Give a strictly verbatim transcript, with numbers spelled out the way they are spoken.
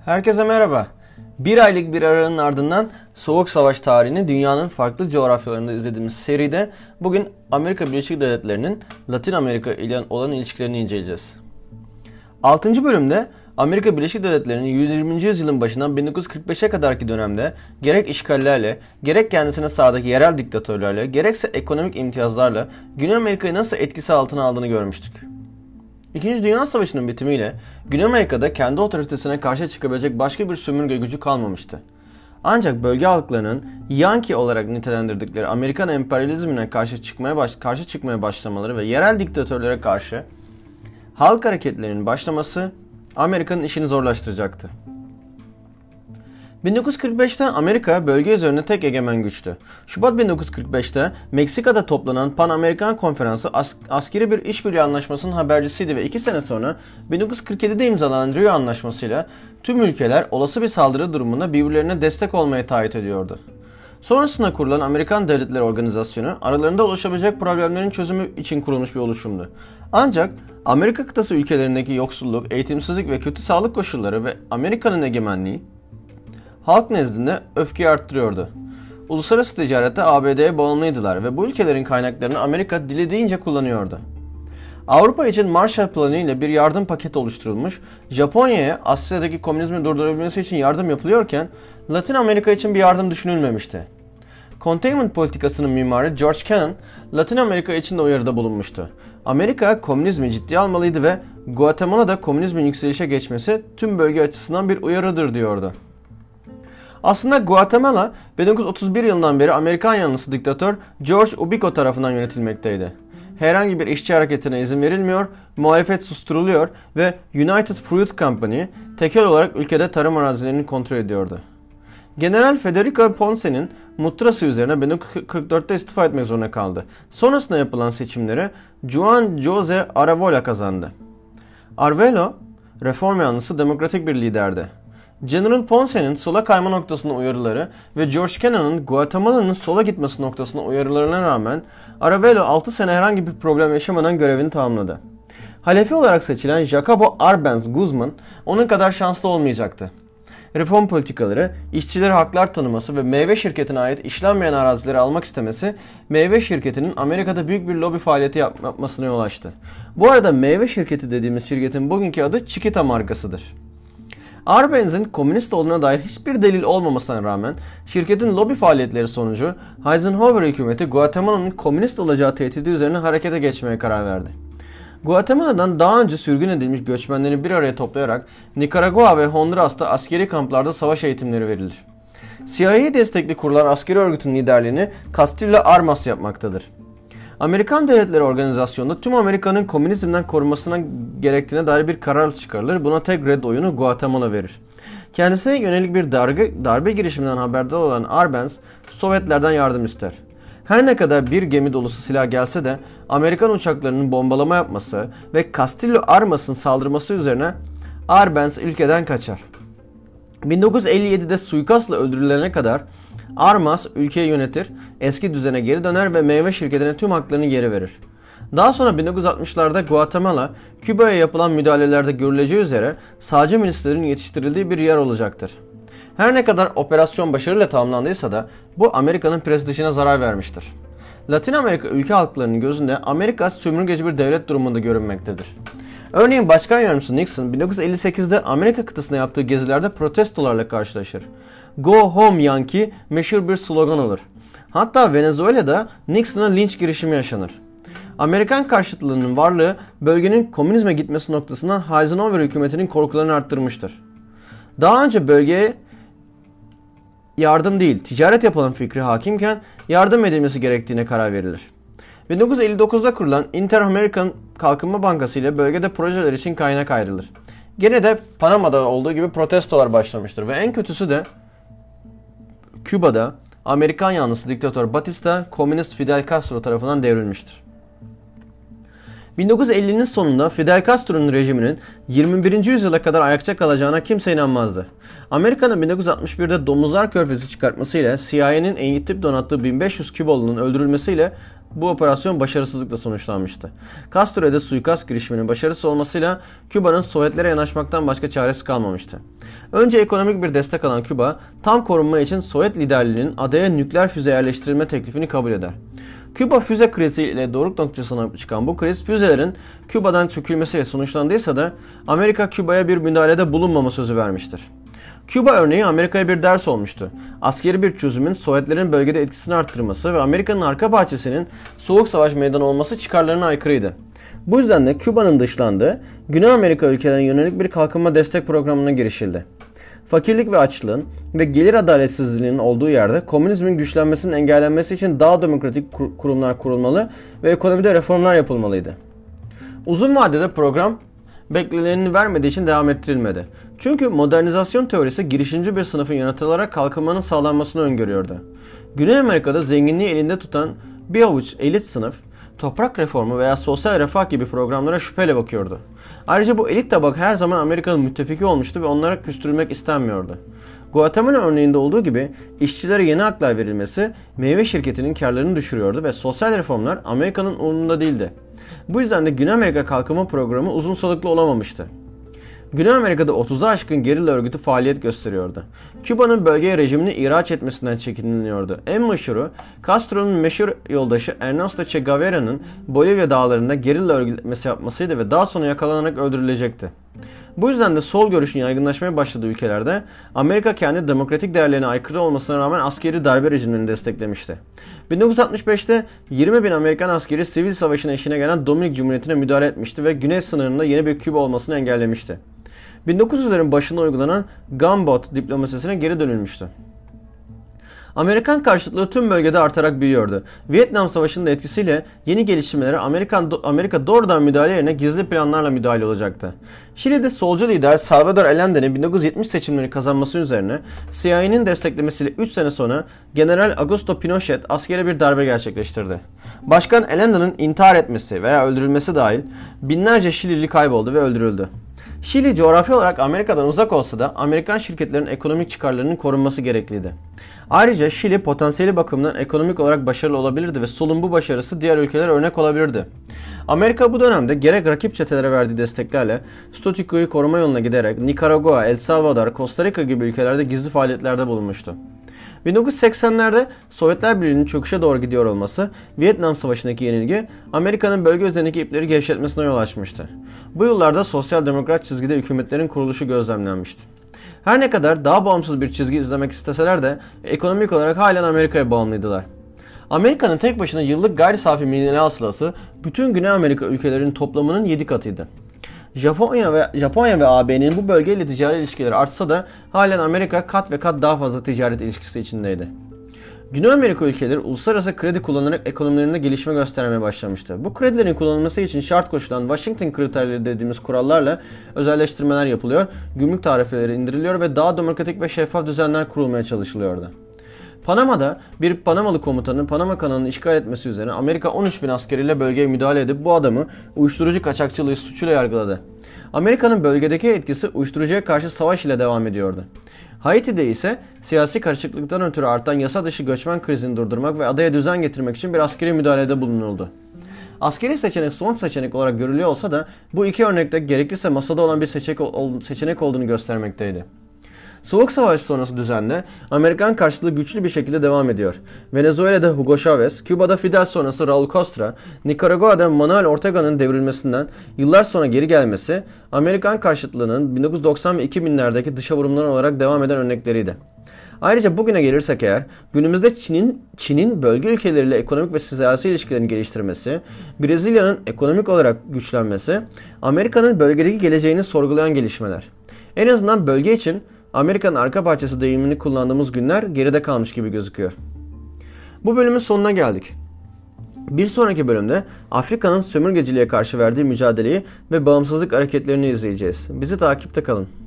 Herkese merhaba. Bir aylık bir aranın ardından Soğuk Savaş tarihini dünyanın farklı coğrafyalarında izlediğimiz seride bugün Amerika Birleşik Devletleri'nin Latin Amerika ile olan ilişkilerini inceleyeceğiz. altıncı bölümde Amerika Birleşik Devletleri'nin yüz yirminci yüzyılın başından bin dokuz yüz kırk beşe kadarki dönemde gerek işgallerle, gerek kendisine sağdaki yerel diktatörlerle, gerekse ekonomik imtiyazlarla Güney Amerika'yı nasıl etkisi altına aldığını görmüştük. İkinci Dünya Savaşı'nın bitimiyle Güney Amerika'da kendi otoritesine karşı çıkabilecek başka bir sömürge gücü kalmamıştı. Ancak bölge halklarının Yankee olarak nitelendirdikleri Amerikan emperyalizmine karşı çıkmaya baş, karşı çıkmaya başlamaları ve yerel diktatörlere karşı halk hareketlerinin başlaması Amerika'nın işini zorlaştıracaktı. bin dokuz yüz kırk beşte Amerika bölge üzerinde tek egemen güçtü. Şubat bin dokuz yüz kırk beşte Meksika'da toplanan Pan-Amerikan Konferansı as askeri bir işbirliği anlaşmasının habercisiydi ve iki sene sonra bin dokuz yüz kırk yedide imzalanan Rio Anlaşması'yla tüm ülkeler olası bir saldırı durumunda birbirlerine destek olmaya taahhüt ediyordu. Sonrasında kurulan Amerikan Devletleri Organizasyonu aralarında oluşabilecek problemlerin çözümü için kurulmuş bir oluşumdu. Ancak Amerika kıtası ülkelerindeki yoksulluk, eğitimsizlik ve kötü sağlık koşulları ve Amerika'nın egemenliği halk nezdinde öfkeyi arttırıyordu. Uluslararası ticarette A B D'ye bağımlıydılar ve bu ülkelerin kaynaklarını Amerika dilediğince kullanıyordu. Avrupa için Marshall Planı ile bir yardım paketi oluşturulmuş, Japonya'ya Asya'daki komünizmi durdurabilmesi için yardım yapılıyorken Latin Amerika için bir yardım düşünülmemişti. Containment politikasının mimarı George Kennan, Latin Amerika için de uyarıda bulunmuştu. Amerika komünizmi ciddiye almalıydı ve Guatemala'da komünizmin yükselişe geçmesi tüm bölge açısından bir uyarıdır diyordu. Aslında Guatemala bin dokuz yüz otuz bir yılından beri Amerikan yanlısı diktatör George Ubico tarafından yönetilmekteydi. Herhangi bir işçi hareketine izin verilmiyor, muhalefet susturuluyor ve United Fruit Company tekel olarak ülkede tarım arazilerini kontrol ediyordu. General Federico Ponce'nin muhtırası üzerine bin dokuz yüz kırk dörtte istifa etmek zorunda kaldı. Sonrasında yapılan seçimleri Juan Jose Arevalo kazandı. Arevalo, reform yanlısı demokratik bir liderdi. General Ponce'nin sola kayma noktasına uyarıları ve George Kennan'ın Guatemala'nın sola gitmesi noktasına uyarılarına rağmen Arevalo altı sene herhangi bir problem yaşamadan görevini tamamladı. Halefi olarak seçilen Jacobo Arbenz Guzman onun kadar şanslı olmayacaktı. Reform politikaları, işçilere haklar tanıması ve meyve şirketine ait işlenmeyen arazileri almak istemesi meyve şirketinin Amerika'da büyük bir lobi faaliyeti yapmasına yol açtı. Bu arada meyve şirketi dediğimiz şirketin bugünkü adı Chiquita markasıdır. Arbenz'in komünist olduğuna dair hiçbir delil olmamasına rağmen şirketin lobi faaliyetleri sonucu Eisenhower hükümeti Guatemala'nın komünist olacağı tehdidi üzerine harekete geçmeye karar verdi. Guatemala'dan daha önce sürgün edilmiş göçmenleri bir araya toplayarak Nikaragua ve Honduras'ta askeri kamplarda savaş eğitimleri verilir. C I A destekli kurulan askeri örgütün liderliğini Castillo Armas yapmaktadır. Amerikan Devletleri Organizasyonu'nda tüm Amerika'nın komünizmden korunmasına gerektiğine dair bir karar çıkarılır. Buna tek red oyunu Guatemala verir. Kendisine yönelik bir darbe, darbe girişiminden haberdar olan Arbenz, Sovyetlerden yardım ister. Her ne kadar bir gemi dolusu silah gelse de Amerikan uçaklarının bombalama yapması ve Castillo Armas'ın saldırması üzerine Arbenz ülkeden kaçar. bin dokuz yüz elli yedide suikastla öldürülene kadar Armas ülkeyi yönetir, eski düzene geri döner ve meyve şirketine tüm haklarını geri verir. Daha sonra bin dokuz yüz altmışlarda Guatemala, Küba'ya yapılan müdahalelerde görüleceği üzere sağcı milislerin yetiştirildiği bir yer olacaktır. Her ne kadar operasyon başarıyla tamamlandıysa da bu Amerika'nın prestijine zarar vermiştir. Latin Amerika ülke halklarının gözünde Amerika sömürgeci bir devlet durumunda görünmektedir. Örneğin Başkan Yardımcısı Nixon bin dokuz yüz elli sekizde Amerika kıtasına yaptığı gezilerde protestolarla karşılaşır. Go Home Yankee meşhur bir slogan olur. Hatta Venezuela'da Nixon'a linç girişimi yaşanır. Amerikan karşıtlığının varlığı bölgenin komünizme gitmesi noktasına Eisenhower hükümetinin korkularını arttırmıştır. Daha önce bölgeye yardım değil, ticaret yapılan fikri hakimken yardım edilmesi gerektiğine karar verilir. bin dokuz yüz elli dokuzda kurulan Inter-American Kalkınma Bankası ile bölgede projeler için kaynak ayrılır. Gene de Panama'da olduğu gibi protestolar başlamıştır ve en kötüsü de Küba'da Amerikan yanlısı diktatör Batista, komünist Fidel Castro tarafından devrilmiştir. bin dokuz yüz ellinin sonunda Fidel Castro'nun rejiminin yirmi birinci yüzyıla kadar ayakta kalacağına kimse inanmazdı. Amerika'nın bin dokuz yüz altmış birde Domuzlar Körfezi çıkartmasıyla C I A'nin eğitip donattığı bin beş yüz Kübalı'nın öldürülmesiyle bu operasyon başarısızlıkla sonuçlanmıştı. Castro'ya suikast girişiminin başarısız olmasıyla Küba'nın Sovyetlere yanaşmaktan başka çaresi kalmamıştı. Önce ekonomik bir destek alan Küba, tam korunma için Sovyet liderliğinin adaya nükleer füze yerleştirilme teklifini kabul eder. Küba füze kriziyle doruk noktasına çıkan bu kriz, füzelerin Küba'dan çökülmesiyle sonuçlandıysa da Amerika Küba'ya bir müdahalede bulunmama sözü vermiştir. Küba örneği Amerika'ya bir ders olmuştu. Askeri bir çözümün Sovyetlerin bölgede etkisini arttırması ve Amerika'nın arka bahçesinin Soğuk Savaş meydanı olması çıkarlarına aykırıydı. Bu yüzden de Küba'nın dışlandığı Güney Amerika ülkelerine yönelik bir kalkınma destek programına girişildi. Fakirlik ve açlığın ve gelir adaletsizliğinin olduğu yerde komünizmin güçlenmesinin engellenmesi için daha demokratik kurumlar kurulmalı ve ekonomide reformlar yapılmalıydı. Uzun vadede program beklenenini vermediği için devam ettirilmedi. Çünkü modernizasyon teorisi girişimci bir sınıfın yaratılarak kalkınmanın sağlanmasını öngörüyordu. Güney Amerika'da zenginliği elinde tutan bir avuç elit sınıf, toprak reformu veya sosyal refah gibi programlara şüpheyle bakıyordu. Ayrıca bu elit tabak her zaman Amerika'nın müttefiki olmuştu ve onlara küstürülmek istenmiyordu. Guatemala örneğinde olduğu gibi işçilere yeni haklar verilmesi meyve şirketinin karlarını düşürüyordu ve sosyal reformlar Amerika'nın umurunda değildi. Bu yüzden de Güney Amerika Kalkınma Programı uzun soluklu olamamıştı. Güney Amerika'da otuza aşkın gerilla örgütü faaliyet gösteriyordu. Küba'nın bölgeye rejimini ihraç etmesinden çekiniliyordu. En meşhuru, Castro'nun meşhur yoldaşı Ernesto Che Guevara'nın Bolivya dağlarında gerilla örgütlemesi yapmasıydı ve daha sonra yakalanarak öldürülecekti. Bu yüzden de sol görüşün yaygınlaşmaya başladığı ülkelerde Amerika kendi demokratik değerlerine aykırı olmasına rağmen askeri darbe rejimini desteklemişti. bin dokuz yüz altmış beşte yirmi bin Amerikan askeri sivil savaşın eşine gelen Dominik Cumhuriyeti'ne müdahale etmişti ve güney sınırında yeni bir Küba olmasını engellemişti. bin dokuz yüzlerin başında uygulanan Gunboat diplomasisine geri dönülmüştü. Amerikan karşıtlığı tüm bölgede artarak büyüyordu. Vietnam Savaşı'nın da etkisiyle yeni gelişmelere Amerikan, Amerika doğrudan müdahale yerine gizli planlarla müdahale olacaktı. Şili'de solcu lider Salvador Allende'nin bin dokuz yüz yetmiş seçimleri kazanması üzerine C I A'nin desteklemesiyle üç sene sonra General Augusto Pinochet askeri bir darbe gerçekleştirdi. Başkan Allende'nin intihar etmesi veya öldürülmesi dahil binlerce Şilili kayboldu ve öldürüldü. Şili coğrafi olarak Amerika'dan uzak olsa da Amerikan şirketlerinin ekonomik çıkarlarının korunması gerekliydi. Ayrıca Şili potansiyeli bakımından ekonomik olarak başarılı olabilirdi ve solun bu başarısı diğer ülkelere örnek olabilirdi. Amerika bu dönemde gerek rakip çetelere verdiği desteklerle statükoyu koruma yoluna giderek Nikaragua, El Salvador, Costa Rica gibi ülkelerde gizli faaliyetlerde bulunmuştu. bin dokuz yüz seksenlerde Sovyetler Birliği'nin çöküşe doğru gidiyor olması, Vietnam Savaşı'ndaki yenilgi, Amerika'nın bölge üzerindeki ipleri gevşetmesine yol açmıştı. Bu yıllarda sosyal demokrat çizgide hükümetlerin kuruluşu gözlemlenmişti. Her ne kadar daha bağımsız bir çizgi izlemek isteseler de ekonomik olarak halen Amerika'ya bağımlıydılar. Amerika'nın tek başına yıllık gayri safi milli hasılası bütün Güney Amerika ülkelerinin toplamının yedi katıydı. Japonya ve Japonya ve A B'nin bu bölgeyle ticari ilişkileri artsa da halen Amerika kat ve kat daha fazla ticaret ilişkisi içindeydi. Güney Amerika ülkeleri uluslararası kredi kullanarak ekonomilerinde gelişme göstermeye başlamıştı. Bu kredilerin kullanılması için şart koşulan Washington kriterleri dediğimiz kurallarla özelleştirmeler yapılıyor, gümrük tarifeleri indiriliyor ve daha demokratik ve şeffaf düzenler kurulmaya çalışılıyordu. Panama'da bir Panamalı komutanın Panama kanalını işgal etmesi üzerine Amerika on üç bin askeriyle bölgeye müdahale edip bu adamı uyuşturucu kaçakçılığı suçuyla yargıladı. Amerika'nın bölgedeki etkisi uyuşturucuya karşı savaş ile devam ediyordu. Haiti'de ise siyasi karışıklıktan ötürü artan yasa dışı göçmen krizini durdurmak ve adaya düzen getirmek için bir askeri müdahalede bulunuldu. Askeri seçenek son seçenek olarak görülüyor olsa da bu iki örnekte gerekirse masada olan bir seçenek olduğunu göstermekteydi. Soğuk Savaş sonrası düzende Amerikan karşıtlığı güçlü bir şekilde devam ediyor. Venezuela'da Hugo Chavez, Küba'da Fidel sonrası Raul Castro, Nikaragua'da Manuel Ortega'nın devrilmesinden yıllar sonra geri gelmesi, Amerikan karşıtlığının bin dokuz yüz doksan ve iki binlerdeki dışa vurumlar olarak devam eden örnekleriydi. Ayrıca bugüne gelirsek eğer, günümüzde Çin'in Çin'in bölge ülkeleriyle ekonomik ve siyasi ilişkilerini geliştirmesi, Brezilya'nın ekonomik olarak güçlenmesi, Amerika'nın bölgedeki geleceğini sorgulayan gelişmeler. En azından bölge için Amerika'nın arka bahçesi deyimini kullandığımız günler geride kalmış gibi gözüküyor. Bu bölümün sonuna geldik. Bir sonraki bölümde Afrika'nın sömürgeciliğe karşı verdiği mücadeleyi ve bağımsızlık hareketlerini izleyeceğiz. Bizi takipte kalın.